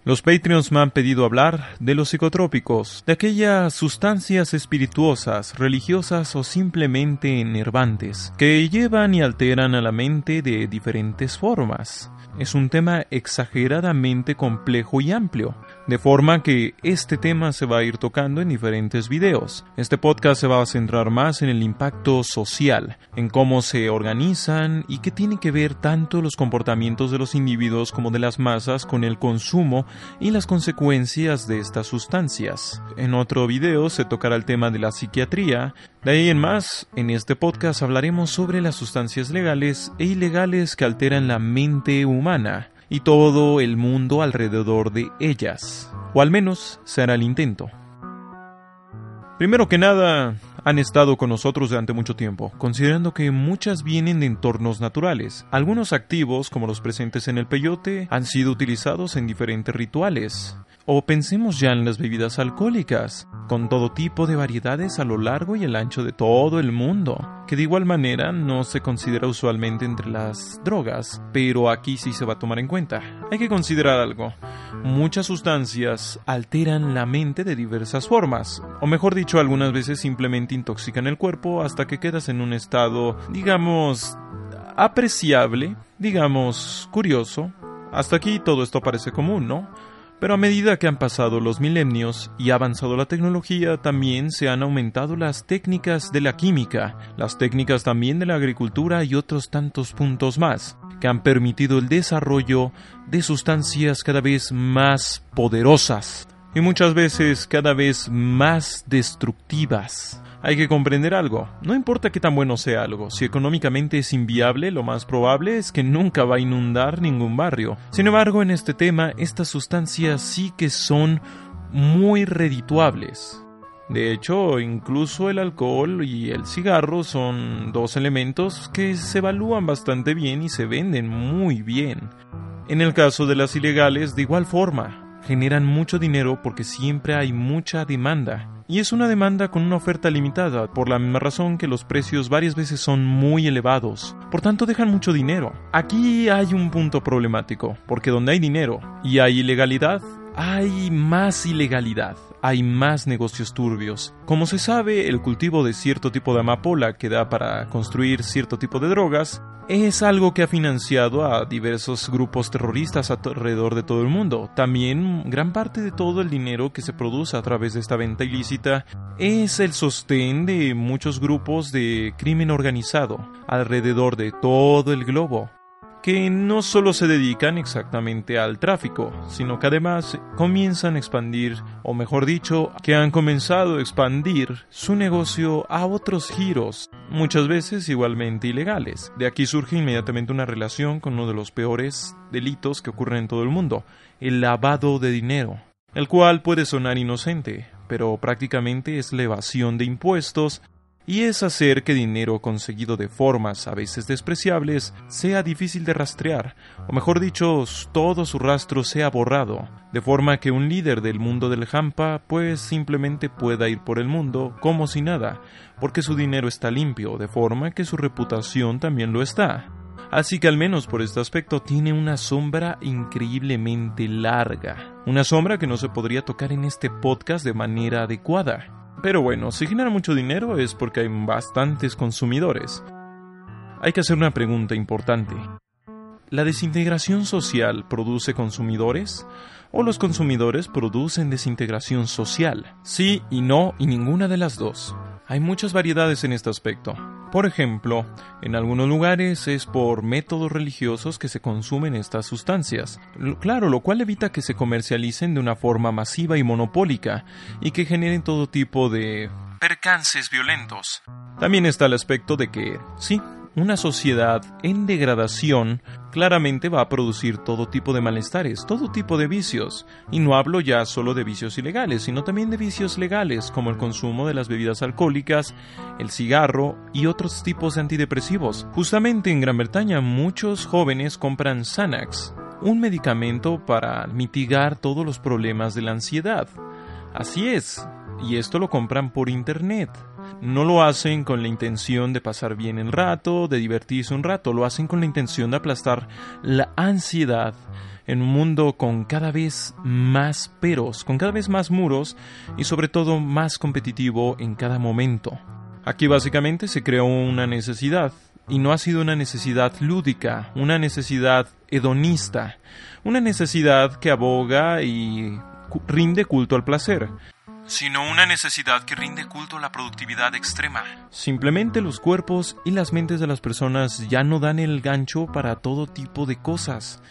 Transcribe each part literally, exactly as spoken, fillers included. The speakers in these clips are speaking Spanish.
Los Patreons me han pedido hablar de los psicotrópicos, de aquellas sustancias espirituosas, religiosas o simplemente enervantes, que llevan y alteran a la mente de diferentes formas. Es un tema exageradamente complejo y amplio, de forma que este tema se va a ir tocando en diferentes videos. Este podcast se va a centrar más en el impacto social, en cómo se organizan y qué tiene que ver tanto los comportamientos de los individuos como de las masas con el consumo y las consecuencias de estas sustancias. En otro video se tocará el tema de la psiquiatría. De ahí en más, en este podcast hablaremos sobre las sustancias legales e ilegales que alteran la mente humana y todo el mundo alrededor de ellas, o al menos se hará el intento. Primero que nada, han estado con nosotros durante mucho tiempo, considerando que muchas vienen de entornos naturales. Algunos activos, como los presentes en el peyote, han sido utilizados en diferentes rituales. O pensemos ya en las bebidas alcohólicas, con todo tipo de variedades a lo largo y el ancho de todo el mundo, que de igual manera no se considera usualmente entre las drogas, pero aquí sí se va a tomar en cuenta. Hay que considerar algo. Muchas sustancias alteran la mente de diversas formas, o mejor dicho, algunas veces simplemente intoxican el cuerpo hasta que quedas en un estado, digamos, apreciable, digamos, curioso. Hasta aquí todo esto parece común, ¿no? Pero a medida que han pasado los milenios y ha avanzado la tecnología, también se han aumentado las técnicas de la química, las técnicas también de la agricultura y otros tantos puntos más, que han permitido el desarrollo de sustancias cada vez más poderosas y muchas veces cada vez más destructivas. Hay que comprender algo, no importa qué tan bueno sea algo, si económicamente es inviable, lo más probable es que nunca va a inundar ningún barrio. Sin embargo, en este tema, estas sustancias sí que son muy redituables. De hecho, incluso el alcohol y el cigarro son dos elementos que se evalúan bastante bien y se venden muy bien. En el caso de las ilegales, de igual forma, generan mucho dinero porque siempre hay mucha demanda. Y es una demanda con una oferta limitada, por la misma razón que los precios varias veces son muy elevados. Por tanto, dejan mucho dinero. Aquí hay un punto problemático, porque donde hay dinero y hay ilegalidad, hay más ilegalidad, hay más negocios turbios. Como se sabe, el cultivo de cierto tipo de amapola que da para construir cierto tipo de drogas es algo que ha financiado a diversos grupos terroristas alrededor de todo el mundo. También gran parte de todo el dinero que se produce a través de esta venta ilícita es el sostén de muchos grupos de crimen organizado alrededor de todo el globo, que no solo se dedican exactamente al tráfico, sino que además comienzan a expandir, o mejor dicho, que han comenzado a expandir su negocio a otros giros, muchas veces igualmente ilegales. De aquí surge inmediatamente una relación con uno de los peores delitos que ocurren en todo el mundo, el lavado de dinero, el cual puede sonar inocente, pero prácticamente es la evasión de impuestos, y es hacer que dinero conseguido de formas a veces despreciables sea difícil de rastrear, o mejor dicho, todo su rastro sea borrado, de forma que un líder del mundo del hampa pues simplemente pueda ir por el mundo como si nada, porque su dinero está limpio, de forma que su reputación también lo está. Así que al menos por este aspecto tiene una sombra increíblemente larga, una sombra que no se podría tocar en este podcast de manera adecuada. Pero bueno, si genera mucho dinero es porque hay bastantes consumidores. Hay que hacer una pregunta importante. ¿La desintegración social produce consumidores? ¿O los consumidores producen desintegración social? Sí y no, y ninguna de las dos. Hay muchas variedades en este aspecto. Por ejemplo, en algunos lugares es por métodos religiosos que se consumen estas sustancias. Claro, lo cual evita que se comercialicen de una forma masiva y monopólica y que generen todo tipo de percances violentos. También está el aspecto de que, sí, una sociedad en degradación claramente va a producir todo tipo de malestares, todo tipo de vicios. Y no hablo ya solo de vicios ilegales, sino también de vicios legales, como el consumo de las bebidas alcohólicas, el cigarro y otros tipos de antidepresivos. Justamente en Gran Bretaña muchos jóvenes compran Xanax, un medicamento para mitigar todos los problemas de la ansiedad. Así es, y esto lo compran por internet. No lo hacen con la intención de pasar bien el rato, de divertirse un rato, lo hacen con la intención de aplastar la ansiedad en un mundo con cada vez más peros, con cada vez más muros y sobre todo más competitivo en cada momento. Aquí básicamente se creó una necesidad, y no ha sido una necesidad lúdica, una necesidad hedonista, una necesidad que aboga y cu- rinde culto al placer, sino una necesidad que rinde culto a la productividad extrema. Simplemente los cuerpos y las mentes de las personas ya no dan el gancho para todo tipo de cosas.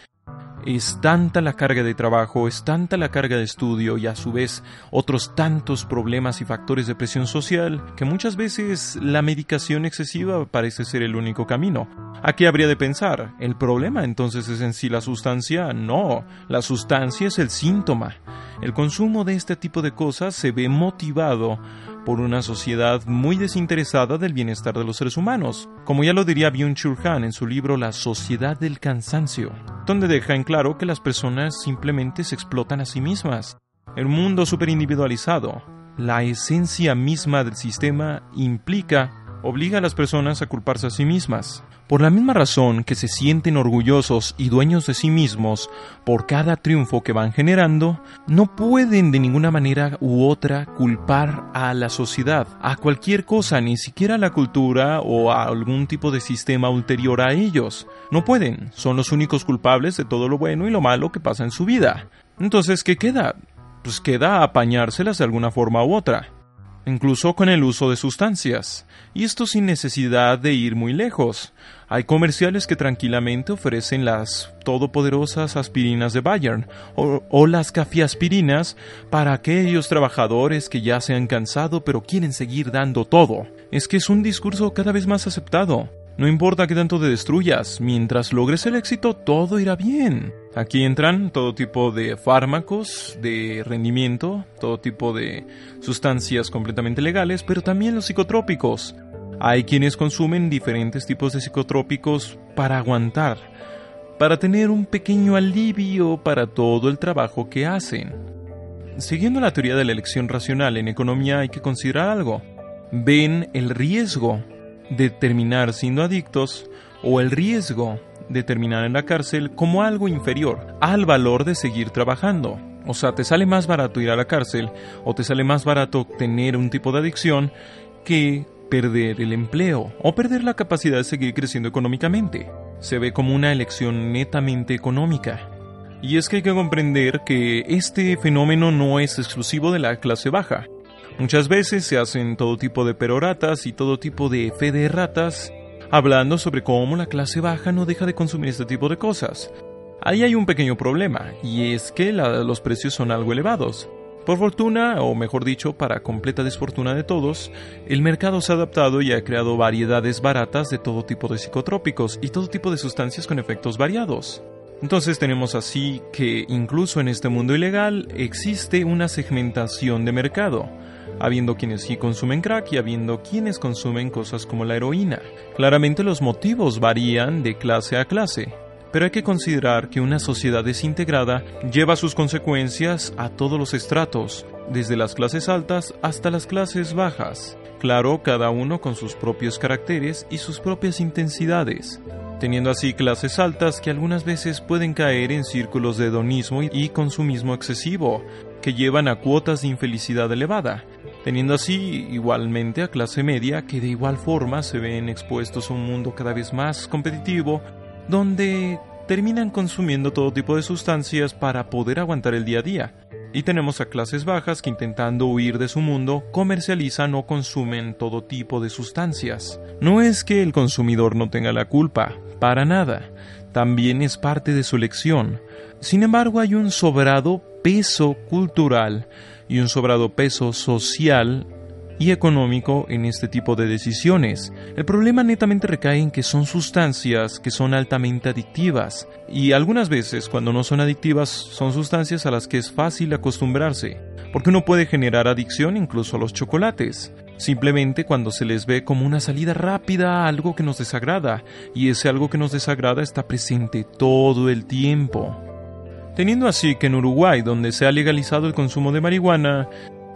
Es tanta la carga de trabajo, es tanta la carga de estudio y a su vez otros tantos problemas y factores de presión social que muchas veces la medicación excesiva parece ser el único camino. ¿A qué habría de pensar? ¿El problema entonces es en sí la sustancia? No, la sustancia es el síntoma. El consumo de este tipo de cosas se ve motivado por una sociedad muy desinteresada del bienestar de los seres humanos, como ya lo diría Byung-Chul Han en su libro La sociedad del cansancio, donde deja en claro que las personas simplemente se explotan a sí mismas. El mundo superindividualizado, la esencia misma del sistema, implica, obliga a las personas a culparse a sí mismas. Por la misma razón que se sienten orgullosos y dueños de sí mismos por cada triunfo que van generando, no pueden de ninguna manera u otra culpar a la sociedad, a cualquier cosa, ni siquiera a la cultura o a algún tipo de sistema ulterior a ellos. No pueden, son los únicos culpables de todo lo bueno y lo malo que pasa en su vida. Entonces, ¿qué queda? Pues queda apañárselas de alguna forma u otra, incluso con el uso de sustancias, y esto sin necesidad de ir muy lejos. Hay comerciales que tranquilamente ofrecen las todopoderosas aspirinas de Bayern o, o las cafiaspirinas para aquellos trabajadores que ya se han cansado pero quieren seguir dando todo. Es que es un discurso cada vez más aceptado. No importa qué tanto te destruyas, mientras logres el éxito todo irá bien. Aquí entran todo tipo de fármacos de rendimiento, todo tipo de sustancias completamente legales, pero también los psicotrópicos. Hay quienes consumen diferentes tipos de psicotrópicos para aguantar, para tener un pequeño alivio para todo el trabajo que hacen. Siguiendo la teoría de la elección racional en economía hay que considerar algo. Ven el riesgo de terminar siendo adictos o el riesgo de terminar en la cárcel como algo inferior al valor de seguir trabajando. O sea, te sale más barato ir a la cárcel o te sale más barato tener un tipo de adicción que perder el empleo o perder la capacidad de seguir creciendo económicamente. Se ve como una elección netamente económica. Y es que hay que comprender que este fenómeno no es exclusivo de la clase baja. Muchas veces se hacen todo tipo de peroratas y todo tipo de fe de ratas hablando sobre cómo la clase baja no deja de consumir este tipo de cosas. Ahí hay un pequeño problema, y es que la, los precios son algo elevados. Por fortuna, o mejor dicho, para completa desfortuna de todos, el mercado se ha adaptado y ha creado variedades baratas de todo tipo de psicotrópicos y todo tipo de sustancias con efectos variados. Entonces tenemos así que incluso en este mundo ilegal existe una segmentación de mercado, habiendo quienes sí consumen crack y habiendo quienes consumen cosas como la heroína. Claramente los motivos varían de clase a clase, pero hay que considerar que una sociedad desintegrada lleva sus consecuencias a todos los estratos, desde las clases altas hasta las clases bajas. Claro, cada uno con sus propios caracteres y sus propias intensidades, teniendo así clases altas que algunas veces pueden caer en círculos de hedonismo y consumismo excesivo, que llevan a cuotas de infelicidad elevada, teniendo así igualmente a clase media que de igual forma se ven expuestos a un mundo cada vez más competitivo, donde terminan consumiendo todo tipo de sustancias para poder aguantar el día a día. Y tenemos a clases bajas que, intentando huir de su mundo, comercializan o consumen todo tipo de sustancias. No es que el consumidor no tenga la culpa, para nada. También es parte de su elección. Sin embargo, hay un sobrado peso cultural y un sobrado peso social y económico en este tipo de decisiones. El problema netamente recae en que son sustancias que son altamente adictivas, y algunas veces cuando no son adictivas son sustancias a las que es fácil acostumbrarse, porque uno puede generar adicción incluso a los chocolates, simplemente cuando se les ve como una salida rápida a algo que nos desagrada, y ese algo que nos desagrada está presente todo el tiempo. Teniendo así que en Uruguay, donde se ha legalizado el consumo de marihuana,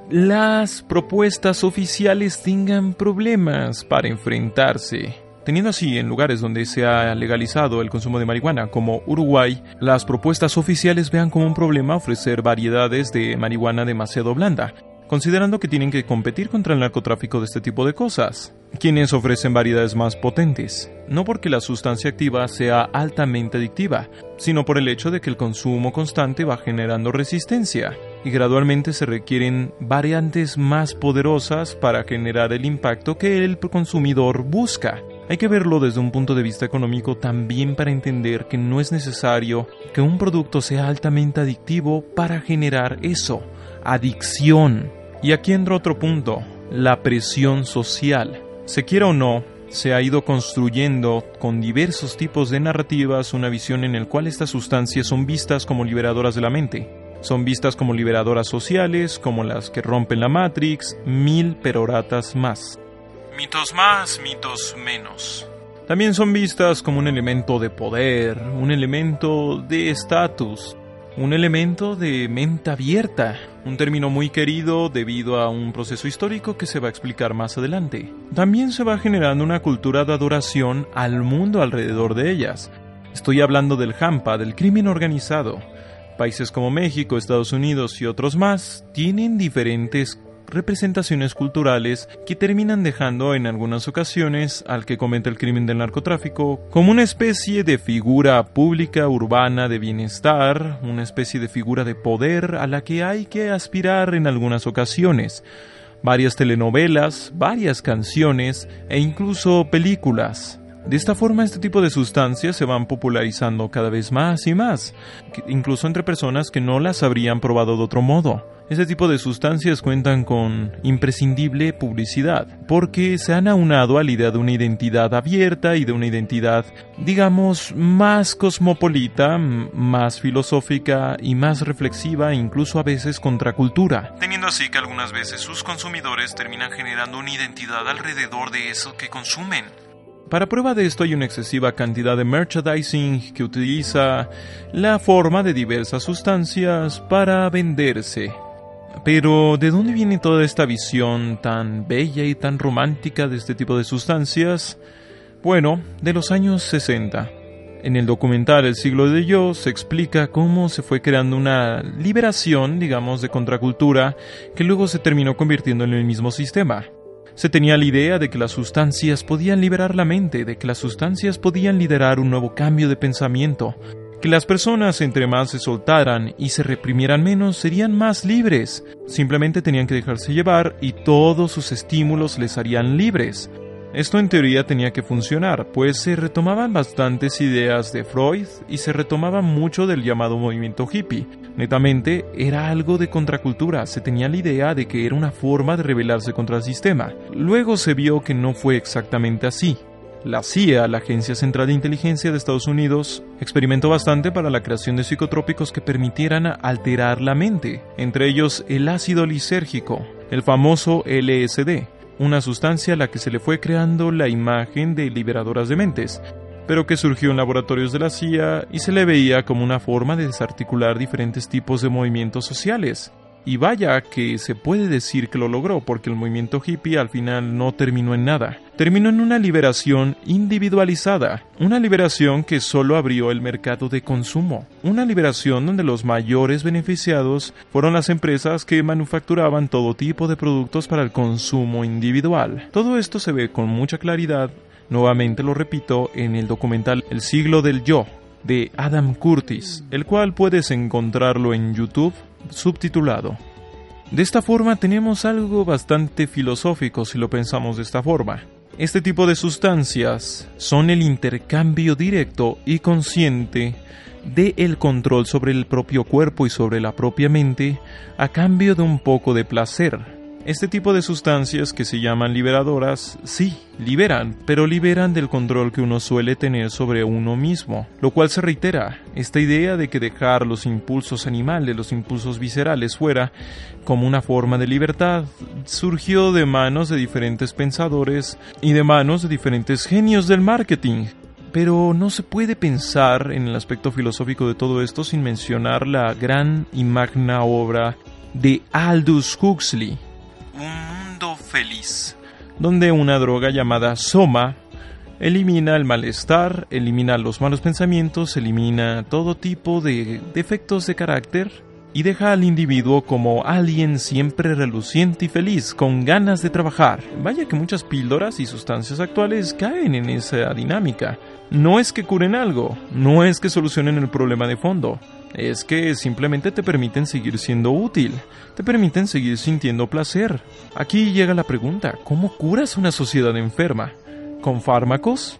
las propuestas oficiales tengan problemas para enfrentarse. Teniendo así, en lugares donde se ha legalizado el consumo de marihuana, como Uruguay, las propuestas oficiales vean como un problema ofrecer variedades de marihuana demasiado blanda, considerando que tienen que competir contra el narcotráfico de este tipo de cosas, quienes ofrecen variedades más potentes, no porque la sustancia activa sea altamente adictiva, sino por el hecho de que el consumo constante va generando resistencia, y gradualmente se requieren variantes más poderosas para generar el impacto que el consumidor busca. Hay que verlo desde un punto de vista económico también para entender que no es necesario que un producto sea altamente adictivo para generar eso, adicción. Y aquí entra otro punto, la presión social. Se quiera o no, se ha ido construyendo con diversos tipos de narrativas una visión en la cual estas sustancias son vistas como liberadoras de la mente. Son vistas como liberadoras sociales, como las que rompen la Matrix, mil peroratas más. Mitos más, mitos menos. También son vistas como un elemento de poder, un elemento de estatus, un elemento de mente abierta, un término muy querido debido a un proceso histórico que se va a explicar más adelante. También se va generando una cultura de adoración al mundo alrededor de ellas. Estoy hablando del hampa, del crimen organizado. Países como México, Estados Unidos y otros más tienen diferentes representaciones culturales que terminan dejando en algunas ocasiones al que comete el crimen del narcotráfico como una especie de figura pública urbana de bienestar, una especie de figura de poder a la que hay que aspirar en algunas ocasiones. Varias telenovelas, varias canciones e incluso películas. De esta forma, este tipo de sustancias se van popularizando cada vez más y más, incluso entre personas que no las habrían probado de otro modo. Este tipo de sustancias cuentan con imprescindible publicidad, porque se han aunado a la idea de una identidad abierta y de una identidad, digamos, más cosmopolita, más filosófica y más reflexiva, incluso a veces contracultura, teniendo así que algunas veces sus consumidores terminan generando una identidad alrededor de eso que consumen. Para prueba de esto hay una excesiva cantidad de merchandising que utiliza la forma de diversas sustancias para venderse. Pero, ¿de dónde viene toda esta visión tan bella y tan romántica de este tipo de sustancias? Bueno, de los años sesenta. En el documental El siglo de yo se explica cómo se fue creando una liberación, digamos, de contracultura que luego se terminó convirtiendo en el mismo sistema. Se tenía la idea de que las sustancias podían liberar la mente, de que las sustancias podían liderar un nuevo cambio de pensamiento, que las personas entre más se soltaran y se reprimieran menos serían más libres. Simplemente tenían que dejarse llevar y todos sus estímulos les harían libres. Esto en teoría tenía que funcionar, pues se retomaban bastantes ideas de Freud y se retomaba mucho del llamado movimiento hippie. Netamente era algo de contracultura, se tenía la idea de que era una forma de rebelarse contra el sistema. Luego se vio que no fue exactamente así. La C I A, la Agencia Central de Inteligencia de Estados Unidos, experimentó bastante para la creación de psicotrópicos que permitieran alterar la mente, entre ellos el ácido lisérgico, el famoso L S D, una sustancia a la que se le fue creando la imagen de liberadoras de mentes, pero que surgió en laboratorios de la C I A y se le veía como una forma de desarticular diferentes tipos de movimientos sociales. Y vaya que se puede decir que lo logró, porque el movimiento hippie al final no terminó en nada. Terminó en una liberación individualizada, una liberación que solo abrió el mercado de consumo, una liberación donde los mayores beneficiados fueron las empresas que manufacturaban todo tipo de productos para el consumo individual. Todo esto se ve con mucha claridad, nuevamente lo repito, en el documental El siglo del yo, de Adam Curtis, el cual puedes encontrarlo en YouTube, subtitulado. De esta forma tenemos algo bastante filosófico si lo pensamos de esta forma. Este tipo de sustancias son el intercambio directo y consciente de el control sobre el propio cuerpo y sobre la propia mente a cambio de un poco de placer. Este tipo de sustancias que se llaman liberadoras, sí, liberan, pero liberan del control que uno suele tener sobre uno mismo, lo cual se reitera, esta idea de que dejar los impulsos animales, los impulsos viscerales fuera, como una forma de libertad, surgió de manos de diferentes pensadores y de manos de diferentes genios del marketing. Pero no se puede pensar en el aspecto filosófico de todo esto sin mencionar la gran y magna obra de Aldous Huxley, Un mundo feliz, donde una droga llamada Soma elimina el malestar, elimina los malos pensamientos, elimina todo tipo de defectos de carácter y deja al individuo como alguien siempre reluciente y feliz, con ganas de trabajar. Vaya que muchas píldoras y sustancias actuales caen en esa dinámica. No es que curen algo, no es que solucionen el problema de fondo, es que simplemente te permiten seguir siendo útil, te permiten seguir sintiendo placer. Aquí llega la pregunta, ¿cómo curas una sociedad enferma? ¿Con fármacos?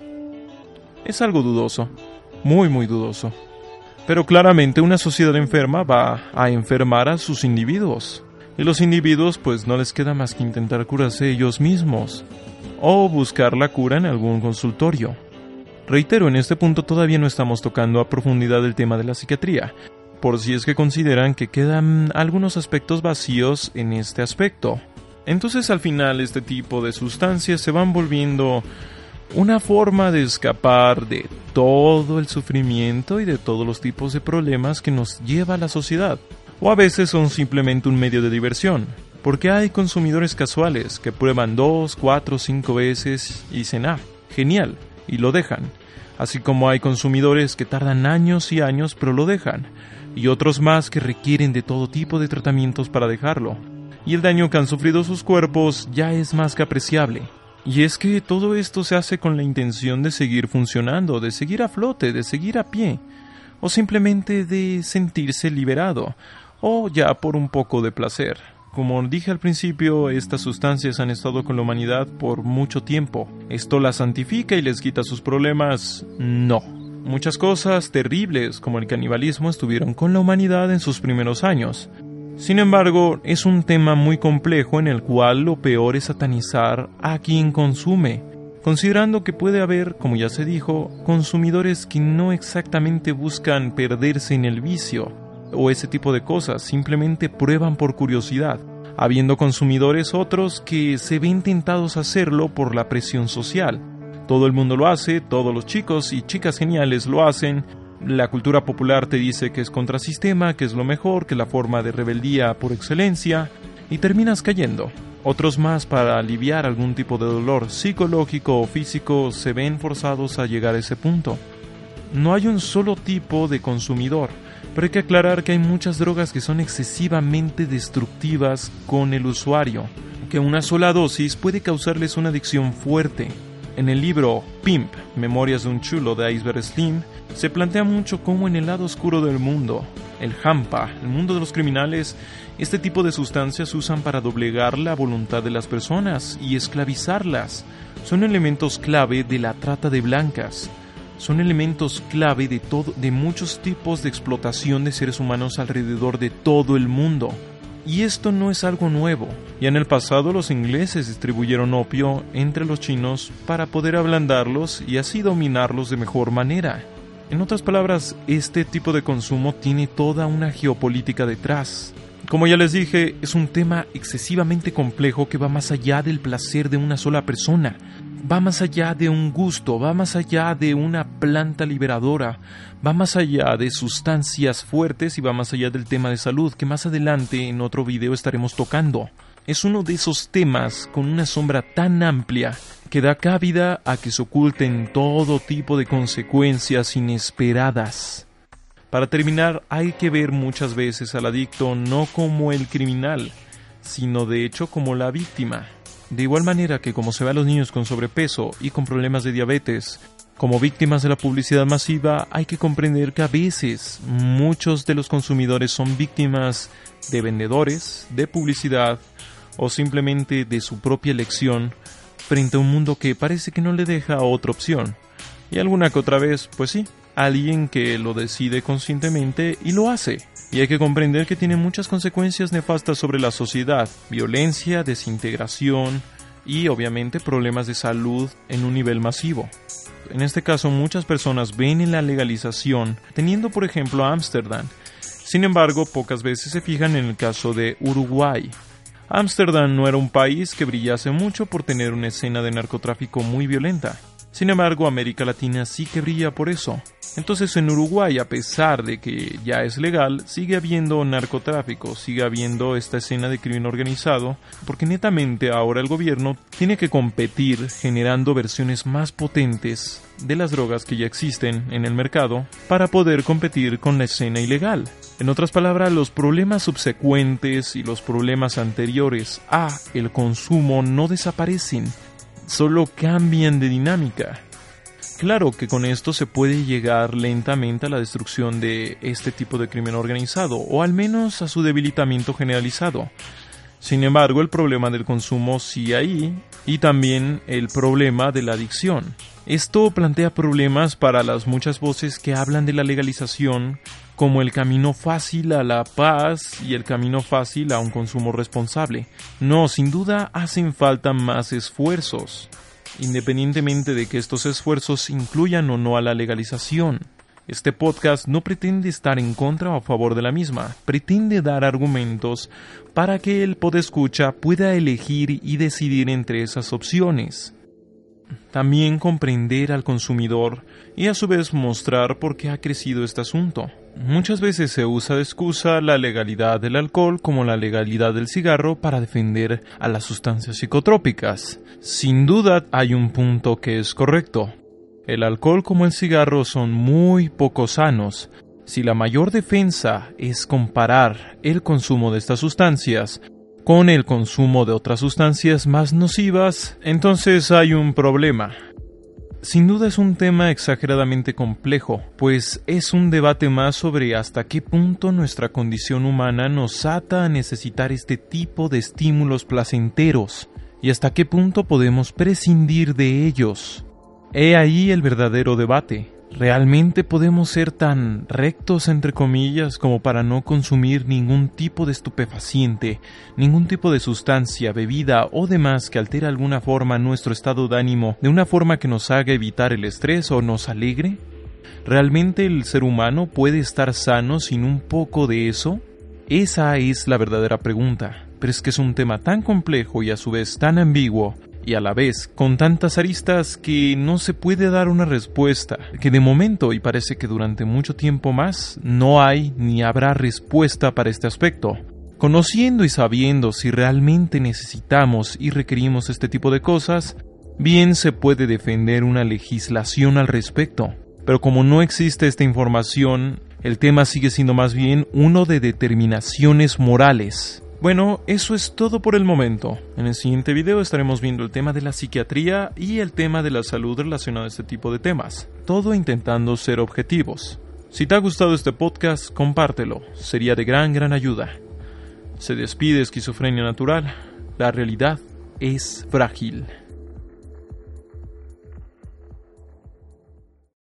Es algo dudoso, muy muy dudoso. Pero claramente una sociedad enferma va a enfermar a sus individuos. Y los individuos pues no les queda más que intentar curarse ellos mismos. O buscar la cura en algún consultorio. Reitero, en este punto todavía no estamos tocando a profundidad el tema de la psiquiatría. Por si es que consideran que quedan algunos aspectos vacíos en este aspecto. Entonces al final este tipo de sustancias se van volviendo una forma de escapar de todo el sufrimiento y de todos los tipos de problemas que nos lleva a la sociedad. O a veces son simplemente un medio de diversión, porque hay consumidores casuales que prueban dos, cuatro, cinco veces y dicen, ah, genial, y lo dejan. Así como hay consumidores que tardan años y años pero lo dejan, y otros más que requieren de todo tipo de tratamientos para dejarlo. Y el daño que han sufrido sus cuerpos ya es más que apreciable. Y es que todo esto se hace con la intención de seguir funcionando, de seguir a flote, de seguir a pie, o simplemente de sentirse liberado, o ya por un poco de placer. Como dije al principio, estas sustancias han estado con la humanidad por mucho tiempo. ¿Esto las santifica y les quita sus problemas? No. Muchas cosas terribles, como el canibalismo, estuvieron con la humanidad en sus primeros años. Sin embargo, es un tema muy complejo en el cual lo peor es satanizar a quien consume, considerando que puede haber, como ya se dijo, consumidores que no exactamente buscan perderse en el vicio o ese tipo de cosas, simplemente prueban por curiosidad, habiendo consumidores otros que se ven tentados a hacerlo por la presión social. Todo el mundo lo hace, todos los chicos y chicas geniales lo hacen. La cultura popular te dice que es contrasistema, que es lo mejor, que es la forma de rebeldía por excelencia, y terminas cayendo. Otros más, para aliviar algún tipo de dolor psicológico o físico, se ven forzados a llegar a ese punto. No hay un solo tipo de consumidor, pero hay que aclarar que hay muchas drogas que son excesivamente destructivas con el usuario, que una sola dosis puede causarles una adicción fuerte. En el libro Pimp, Memorias de un Chulo de Iceberg Slim, se plantea mucho cómo en el lado oscuro del mundo, el hampa, el mundo de los criminales, este tipo de sustancias se usan para doblegar la voluntad de las personas y esclavizarlas. Son elementos clave de la trata de blancas. Son elementos clave de, todo, de muchos tipos de explotación de seres humanos alrededor de todo el mundo. Y esto no es algo nuevo. Ya en el pasado los ingleses distribuyeron opio entre los chinos para poder ablandarlos y así dominarlos de mejor manera. En otras palabras, este tipo de consumo tiene toda una geopolítica detrás. Como ya les dije, es un tema excesivamente complejo que va más allá del placer de una sola persona. Va más allá de un gusto, va más allá de una planta liberadora, va más allá de sustancias fuertes y va más allá del tema de salud, que más adelante en otro video estaremos tocando. Es uno de esos temas con una sombra tan amplia que da cabida a que se oculten todo tipo de consecuencias inesperadas. Para terminar, hay que ver muchas veces al adicto no como el criminal, sino de hecho como la víctima. De igual manera que como se ve a los niños con sobrepeso y con problemas de diabetes como víctimas de la publicidad masiva, hay que comprender que a veces muchos de los consumidores son víctimas de vendedores, de publicidad o simplemente de su propia elección frente a un mundo que parece que no le deja otra opción. Y alguna que otra vez, pues sí, alguien que lo decide conscientemente y lo hace. Y hay que comprender que tiene muchas consecuencias nefastas sobre la sociedad: violencia, desintegración y obviamente problemas de salud en un nivel masivo. En este caso, muchas personas ven en la legalización, teniendo por ejemplo a Ámsterdam. Sin embargo, pocas veces se fijan en el caso de Uruguay. Ámsterdam no era un país que brillase mucho por tener una escena de narcotráfico muy violenta. Sin embargo, América Latina sí que brilla por eso. Entonces en Uruguay, a pesar de que ya es legal, sigue habiendo narcotráfico, sigue habiendo esta escena de crimen organizado, porque netamente ahora el gobierno tiene que competir generando versiones más potentes de las drogas que ya existen en el mercado para poder competir con la escena ilegal. En otras palabras, los problemas subsecuentes y los problemas anteriores a el consumo no desaparecen, solo cambian de dinámica. Claro que con esto se puede llegar lentamente a la destrucción de este tipo de crimen organizado, o al menos a su debilitamiento generalizado. Sin embargo, el problema del consumo sigue ahí, y también el problema de la adicción. Esto plantea problemas para las muchas voces que hablan de la legalización como el camino fácil a la paz y el camino fácil a un consumo responsable. No, sin duda hacen falta más esfuerzos, independientemente de que estos esfuerzos incluyan o no a la legalización. Este podcast no pretende estar en contra o a favor de la misma, pretende dar argumentos para que el podescucha pueda elegir y decidir entre esas opciones. También comprender al consumidor y a su vez mostrar por qué ha crecido este asunto. Muchas veces se usa de excusa la legalidad del alcohol como la legalidad del cigarro para defender a las sustancias psicotrópicas. Sin duda hay un punto que es correcto. El alcohol como el cigarro son muy poco sanos. Si la mayor defensa es comparar el consumo de estas sustancias con el consumo de otras sustancias más nocivas, entonces hay un problema. Sin duda es un tema exageradamente complejo, pues es un debate más sobre hasta qué punto nuestra condición humana nos ata a necesitar este tipo de estímulos placenteros y hasta qué punto podemos prescindir de ellos. He ahí el verdadero debate. ¿Realmente podemos ser tan rectos, entre comillas, como para no consumir ningún tipo de estupefaciente, ningún tipo de sustancia, bebida o demás que altere alguna forma nuestro estado de ánimo, de una forma que nos haga evitar el estrés o nos alegre? ¿Realmente el ser humano puede estar sano sin un poco de eso? Esa es la verdadera pregunta, pero es que es un tema tan complejo y a su vez tan ambiguo, y a la vez con tantas aristas que no se puede dar una respuesta, que de momento y parece que durante mucho tiempo más no hay ni habrá respuesta para este aspecto. Conociendo y sabiendo si realmente necesitamos y requerimos este tipo de cosas, bien se puede defender una legislación al respecto, pero como no existe esta información, el tema sigue siendo más bien uno de determinaciones morales. Bueno, eso es todo por el momento. En el siguiente video estaremos viendo el tema de la psiquiatría y el tema de la salud relacionado a este tipo de temas, todo intentando ser objetivos. Si te ha gustado este podcast, compártelo, sería de gran gran ayuda. Se despide Esquizofrenia Natural, la realidad es frágil.